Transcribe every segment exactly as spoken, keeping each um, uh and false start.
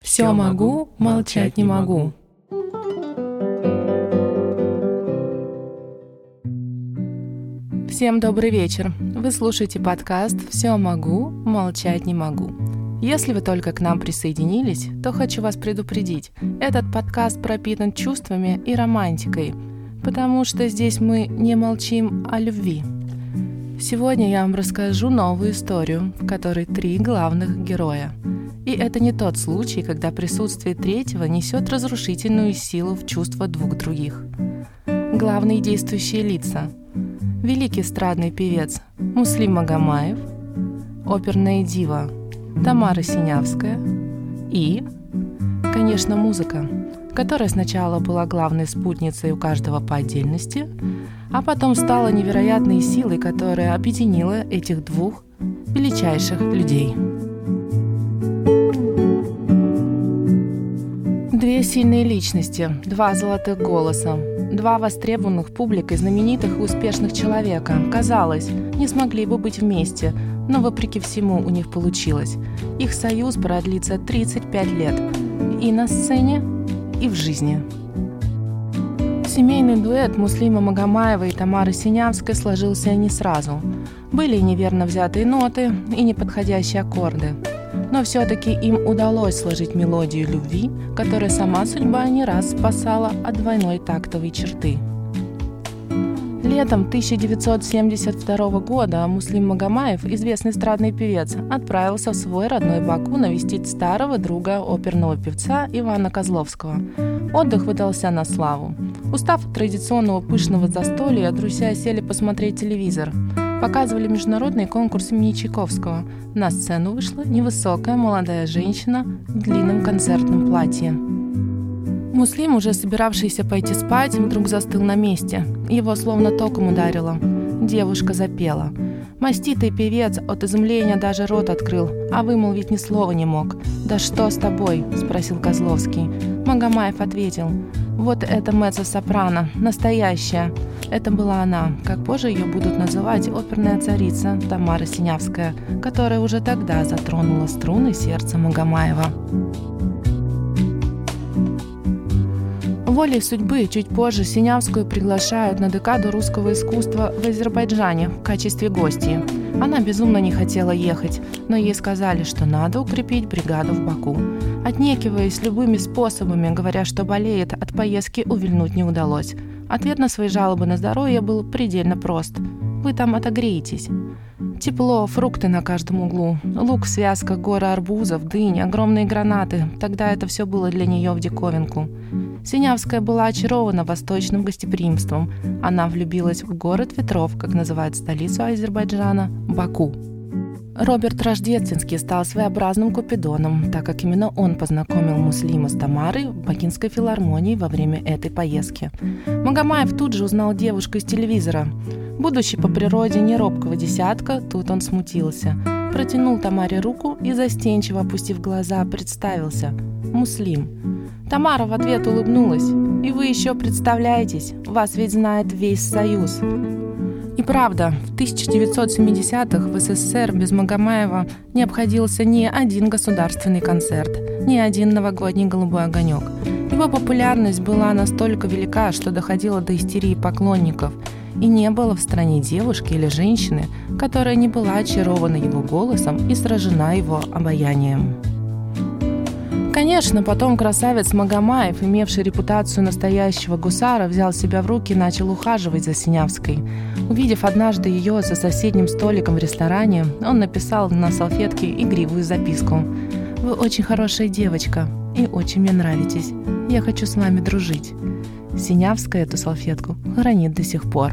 Все могу, молчать не могу. Всем добрый вечер. Вы слушаете подкаст «Все могу, молчать не могу». Если вы только к нам присоединились, то хочу вас предупредить. Этот подкаст пропитан чувствами и романтикой, потому что здесь мы не молчим о любви. Сегодня я вам расскажу новую историю, в которой три главных героя. И это не тот случай, когда присутствие третьего несет разрушительную силу в чувства двух других. Главные действующие лица – великий эстрадный певец Муслим Магомаев, оперная дива Тамара Синявская и, конечно, музыка, которая сначала была главной спутницей у каждого по отдельности, а потом стала невероятной силой, которая объединила этих двух величайших людей. Две сильные личности, два золотых голоса, два востребованных публикой знаменитых и успешных человека, казалось, не смогли бы быть вместе, но вопреки всему у них получилось. Их союз продлится тридцать пять лет и на сцене, и в жизни. Семейный дуэт Муслима Магомаева и Тамары Синявской сложился не сразу. Были и неверно взятые ноты, и неподходящие аккорды. Но все-таки им удалось сложить мелодию любви, которая сама судьба не раз спасала от двойной тактовой черты. Летом тысяча девятьсот семьдесят второго года Муслим Магомаев, известный эстрадный певец, отправился в свой родной Баку навестить старого друга оперного певца Ивана Козловского. Отдых выдался на славу. Устав от традиционного пышного застолья, друзья сели посмотреть телевизор. Показывали международный конкурс имени Чайковского. На сцену вышла невысокая молодая женщина в длинном концертном платье. Муслим, уже собиравшийся пойти спать, вдруг застыл на месте. Его словно током ударило. Девушка запела. Маститый певец от изумления даже рот открыл, а вымолвить ни слова не мог. «Да что с тобой?» – спросил Козловский. Магомаев ответил: «Вот это меццо-сопрано, настоящая». Это была она, как позже ее будут называть оперная царица Тамара Синявская, которая уже тогда затронула струны сердца Магомаева. Волей судьбы чуть позже Синявскую приглашают на декаду русского искусства в Азербайджане в качестве гостьи. Она безумно не хотела ехать, но ей сказали, что надо укрепить бригаду в Баку. Отнекиваясь любыми способами, говоря, что болеет, от поездки увильнуть не удалось. Ответ на свои жалобы на здоровье был предельно прост. Вы там отогреетесь. Тепло, фрукты на каждом углу, лук в связках, горы арбузов, дынь, огромные гранаты. Тогда это все было для нее в диковинку. Синявская была очарована восточным гостеприимством. Она влюбилась в город ветров, как называют столицу Азербайджана, Баку. Роберт Рождественский стал своеобразным купидоном, так как именно он познакомил Муслима с Тамарой в Бакинской филармонии во время этой поездки. Магомаев тут же узнал девушку из телевизора. Будучи по природе не робкого десятка, тут он смутился. Протянул Тамаре руку и, застенчиво опустив глаза, представился: «Муслим». Тамара в ответ улыбнулась: «И вы еще представляетесь? Вас ведь знает весь Союз». И правда, в тысяча девятьсот семидесятых в СССР без Магомаева не обходился ни один государственный концерт, ни один новогодний голубой огонек. Его популярность была настолько велика, что доходила до истерии поклонников, и не было в стране девушки или женщины, которая не была очарована его голосом и сражена его обаянием. Конечно, потом красавец Магомаев, имевший репутацию настоящего гусара, взял себя в руки и начал ухаживать за Синявской. Увидев однажды ее за соседним столиком в ресторане, он написал на салфетке игривую записку: «Вы очень хорошая девочка и очень мне нравитесь. Я хочу с вами дружить». Синявская эту салфетку хранит до сих пор.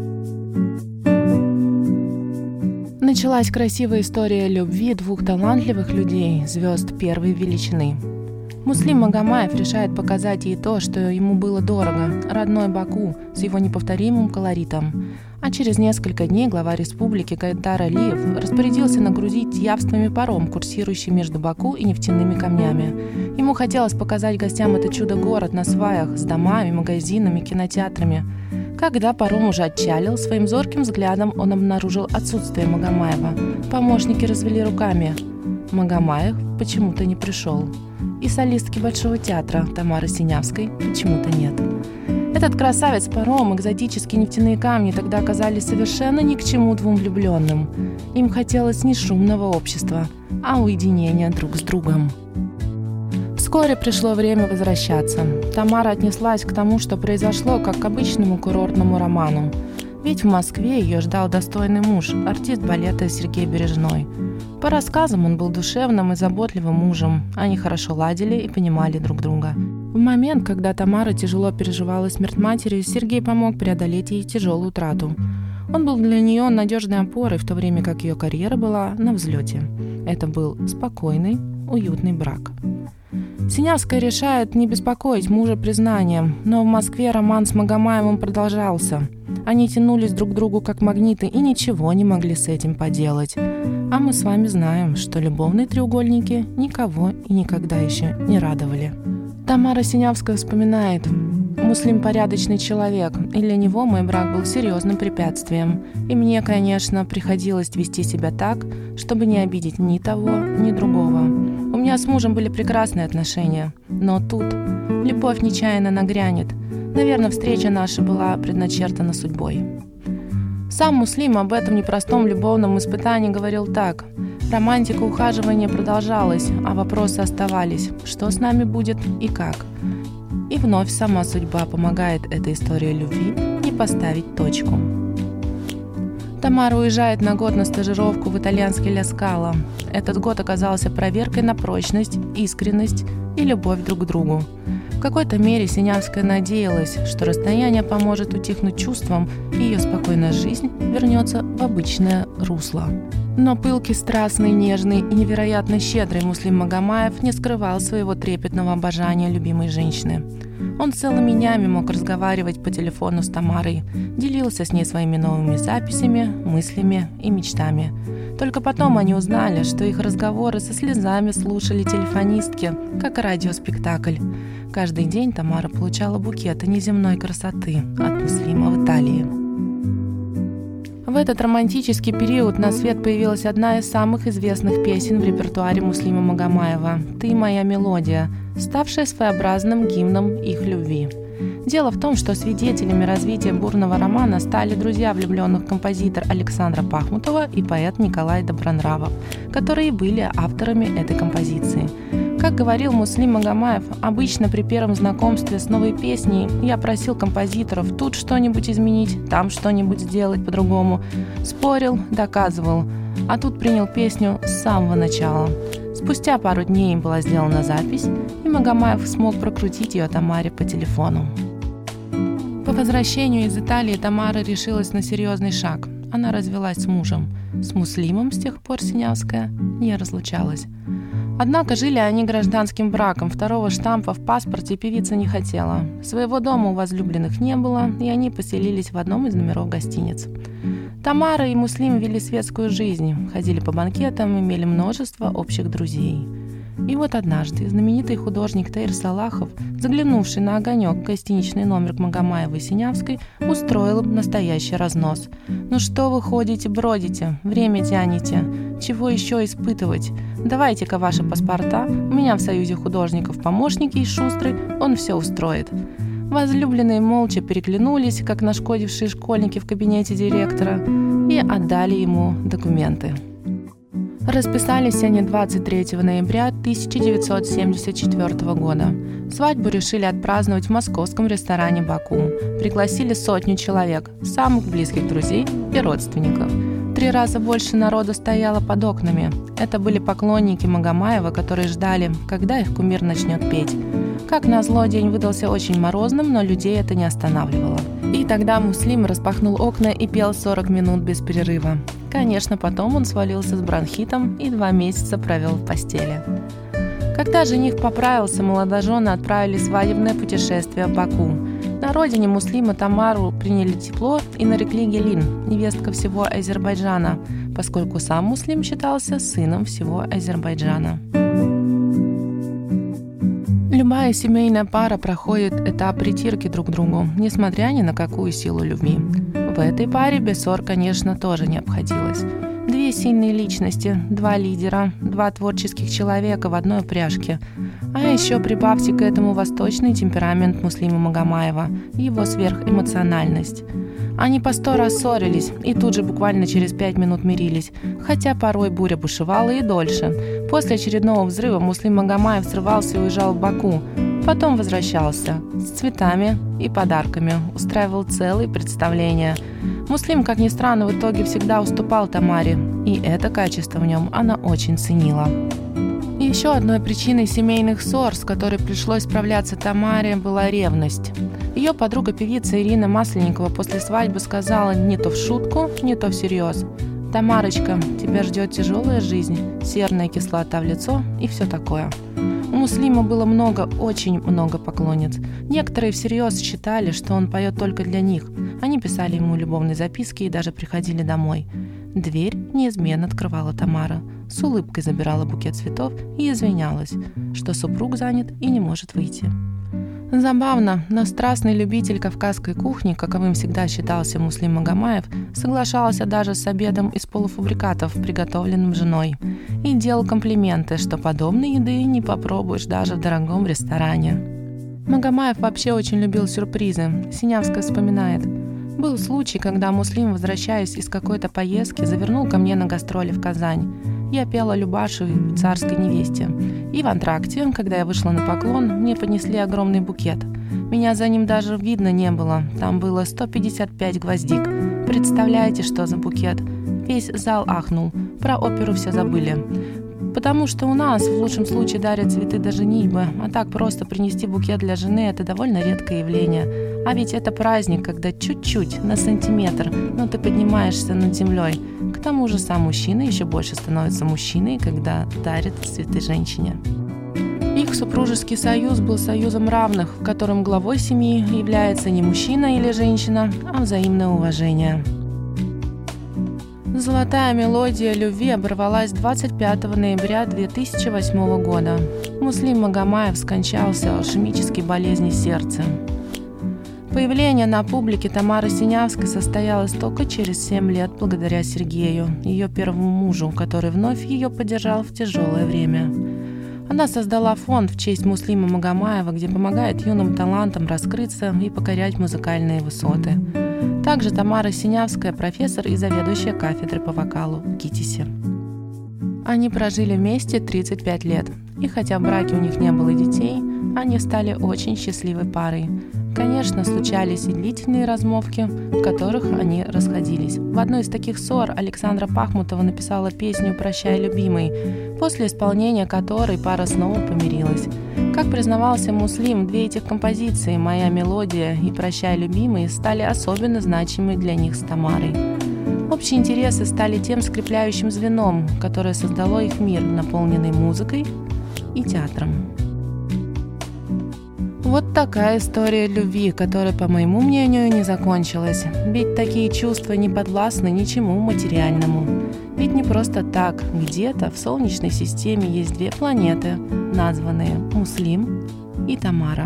Началась красивая история любви двух талантливых людей, звезд первой величины. Муслим Магомаев решает показать ей то, что ему было дорого – родной Баку с его неповторимым колоритом. А через несколько дней глава республики Гайдар Алиев распорядился нагрузить явствами паром, курсирующий между Баку и нефтяными камнями. Ему хотелось показать гостям это чудо-город на сваях с домами, магазинами, кинотеатрами. Когда паром уже отчалил, своим зорким взглядом он обнаружил отсутствие Магомаева. Помощники развели руками. Магомаев почему-то не пришел. и солистки Большого театра Тамары Синявской почему-то нет. Этот красавец, паром, экзотические нефтяные камни тогда оказались совершенно ни к чему двум влюбленным. Им хотелось не шумного общества, а уединения друг с другом. Вскоре пришло время возвращаться. Тамара отнеслась к тому, что произошло, как к обычному курортному роману. Ведь в Москве ее ждал достойный муж, артист балета Сергей Бережной. По рассказам, он был душевным и заботливым мужем. Они хорошо ладили и понимали друг друга. В момент, когда Тамара тяжело переживала смерть матери, Сергей помог преодолеть ей тяжелую утрату. Он был для нее надежной опорой, в то время как ее карьера была на взлете. Это был спокойный, уютный брак. Синявская решает не беспокоить мужа признанием, но в Москве роман с Магомаевым продолжался. Они тянулись друг к другу как магниты и ничего не могли с этим поделать. А мы с вами знаем, что любовные треугольники никого и никогда еще не радовали. Тамара Синявская вспоминает: «Муслим порядочный человек, и для него мой брак был серьезным препятствием. И мне, конечно, приходилось вести себя так, чтобы не обидеть ни того, ни другого. У меня с мужем были прекрасные отношения, но тут любовь нечаянно нагрянет. Наверное, встреча наша была предначертана судьбой». Сам Муслим об этом непростом любовном испытании говорил так: «Романтика ухаживания продолжалась, а вопросы оставались: что с нами будет и как?» И вновь сама судьба помогает этой истории любви не поставить точку. Тамара уезжает на год на стажировку в итальянский Ля Скала. Этот год оказался проверкой на прочность, искренность и любовь друг к другу. В какой-то мере Синявская надеялась, что расстояние поможет утихнуть чувствам, и ее спокойная жизнь вернется в обычное русло. Но пылкий, страстный, нежный и невероятно щедрый Муслим Магомаев не скрывал своего трепетного обожания любимой женщины. Он целыми днями мог разговаривать по телефону с Тамарой, делился с ней своими новыми записями, мыслями и мечтами. Только потом они узнали, что их разговоры со слезами слушали телефонистки, как и радиоспектакль. Каждый день Тамара получала букеты неземной красоты от Муслима в Италии. В этот романтический период на свет появилась одна из самых известных песен в репертуаре Муслима Магомаева «Ты моя мелодия», ставшая своеобразным гимном их любви. Дело в том, что свидетелями развития бурного романа стали друзья влюбленных композитор Александра Пахмутова и поэт Николай Добронравов, которые были авторами этой композиции. Как говорил Муслим Магомаев, обычно при первом знакомстве с новой песней я просил композиторов тут что-нибудь изменить, там что-нибудь сделать по-другому. Спорил, доказывал, а тут принял песню с самого начала. Спустя пару дней была сделана запись, и Магомаев смог прокрутить ее Тамаре по телефону. По возвращению из Италии Тамара решилась на серьезный шаг. Она развелась с мужем. С Муслимом с тех пор Синявская не разлучалась. Однако жили они гражданским браком, второго штампа в паспорте певица не хотела. Своего дома у возлюбленных не было, и они поселились в одном из номеров гостиниц. Тамара и Муслим вели светскую жизнь, ходили по банкетам, имели множество общих друзей. И вот однажды знаменитый художник Таир Салахов, заглянувший на огонек в гостиничный номер к Магомаевой и Синявской, устроил им настоящий разнос. «Ну что вы ходите, бродите, время тянете? Чего еще испытывать? Давайте-ка ваши паспорта, у меня в союзе художников помощник есть шустрый, он все устроит». Возлюбленные молча переглянулись, как нашкодившие школьники в кабинете директора, и отдали ему документы. Расписались они двадцать третьего ноября тысяча девятьсот семьдесят четвёртого года. Свадьбу решили отпраздновать в московском ресторане «Баку». Пригласили сотню человек, самых близких друзей и родственников. Три раза больше народу стояло под окнами. Это были поклонники Магомаева, которые ждали, когда их кумир начнет петь. Как назло, день выдался очень морозным, но людей это не останавливало. И тогда Муслим распахнул окна и пел сорок минут без перерыва. Конечно, потом он свалился с бронхитом и два месяца провел в постели. Когда жених поправился, молодожены отправились в свадебное путешествие в Баку. На родине Муслима Тамару приняли тепло и нарекли Гелин, невестка всего Азербайджана, поскольку сам Муслим считался сыном всего Азербайджана. Любая семейная пара проходит этап притирки друг к другу, несмотря ни на какую силу любви. В этой паре без ссор, конечно, тоже не обходилось. Две сильные личности, два лидера, два творческих человека в одной упряжке. А еще прибавьте к этому восточный темперамент Муслима Магомаева, его сверхэмоциональность. Они по сто раз ссорились и тут же буквально через пять минут мирились, хотя порой буря бушевала и дольше. После очередного взрыва Муслим Магомаев срывался и уезжал в Баку, потом возвращался с цветами и подарками, устраивал целые представления. Муслим, как ни странно, в итоге всегда уступал Тамаре, и это качество в нем она очень ценила. И еще одной причиной семейных ссор, с которой пришлось справляться Тамаре, была ревность. Ее подруга-певица Ирина Масленникова после свадьбы сказала не то в шутку, не то всерьез: «Тамарочка, тебя ждет тяжелая жизнь, серная кислота в лицо и все такое». У Муслима было много, очень много поклонниц. Некоторые всерьез считали, что он поет только для них. Они писали ему любовные записки и даже приходили домой. Дверь неизменно открывала Тамара, с улыбкой забирала букет цветов и извинялась, что супруг занят и не может выйти. Забавно, но страстный любитель кавказской кухни, каковым всегда считался Муслим Магомаев, соглашался даже с обедом из полуфабрикатов, приготовленным женой, и делал комплименты, что подобной еды не попробуешь даже в дорогом ресторане. Магомаев вообще очень любил сюрпризы. Синявская вспоминает: «Был случай, когда Муслим, возвращаясь из какой-то поездки, завернул ко мне на гастроли в Казань. Я пела Любашу в «Царской невесте». И в антракте, когда я вышла на поклон, мне поднесли огромный букет. Меня за ним даже видно не было. Там было сто пятьдесят пять гвоздик. Представляете, что за букет? Весь зал ахнул. Про оперу все забыли. Потому что у нас в лучшем случае дарят цветы до женитьбы, а так просто принести букет для жены – это довольно редкое явление. А ведь это праздник, когда чуть-чуть, на сантиметр, но ты поднимаешься над землей. К тому же сам мужчина еще больше становится мужчиной, когда дарит цветы женщине». Их супружеский союз был союзом равных, в котором главой семьи является не мужчина или женщина, а взаимное уважение. Золотая мелодия любви оборвалась двадцать пятого ноября две тысячи восьмого года. Муслим Магомаев скончался от ишемической болезни сердца. Появление на публике Тамары Синявской состоялось только через семь лет благодаря Сергею, ее первому мужу, который вновь ее поддержал в тяжелое время. Она создала фонд в честь Муслима Магомаева, где помогает юным талантам раскрыться и покорять музыкальные высоты. Также Тамара Синявская – профессор и заведующая кафедрой по вокалу в ГИТИСе. Они прожили вместе тридцать пять лет, и хотя в браке у них не было детей, они стали очень счастливой парой. Конечно, случались и длительные размолвки, в которых они расходились. В одной из таких ссор Александра Пахмутова написала песню «Прощай, любимый», после исполнения которой пара снова помирилась. Как признавался Муслим, две этих композиции «Моя мелодия» и «Прощай, любимый» стали особенно значимы для них с Тамарой. Общие интересы стали тем скрепляющим звеном, которое создало их мир, наполненный музыкой и театром. Вот такая история любви, которая, по моему мнению, не закончилась. Ведь такие чувства не подвластны ничему материальному. Ведь не просто так, где-то в Солнечной системе есть две планеты, названные Муслим и Тамара.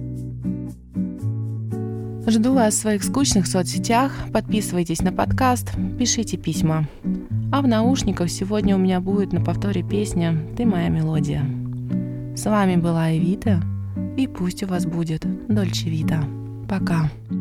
Жду вас в своих скучных соцсетях, подписывайтесь на подкаст, пишите письма. А в наушниках сегодня у меня будет на повторе песня «Ты моя мелодия». С вами была Эвита. И пусть у вас будет Дольче Вита. Пока.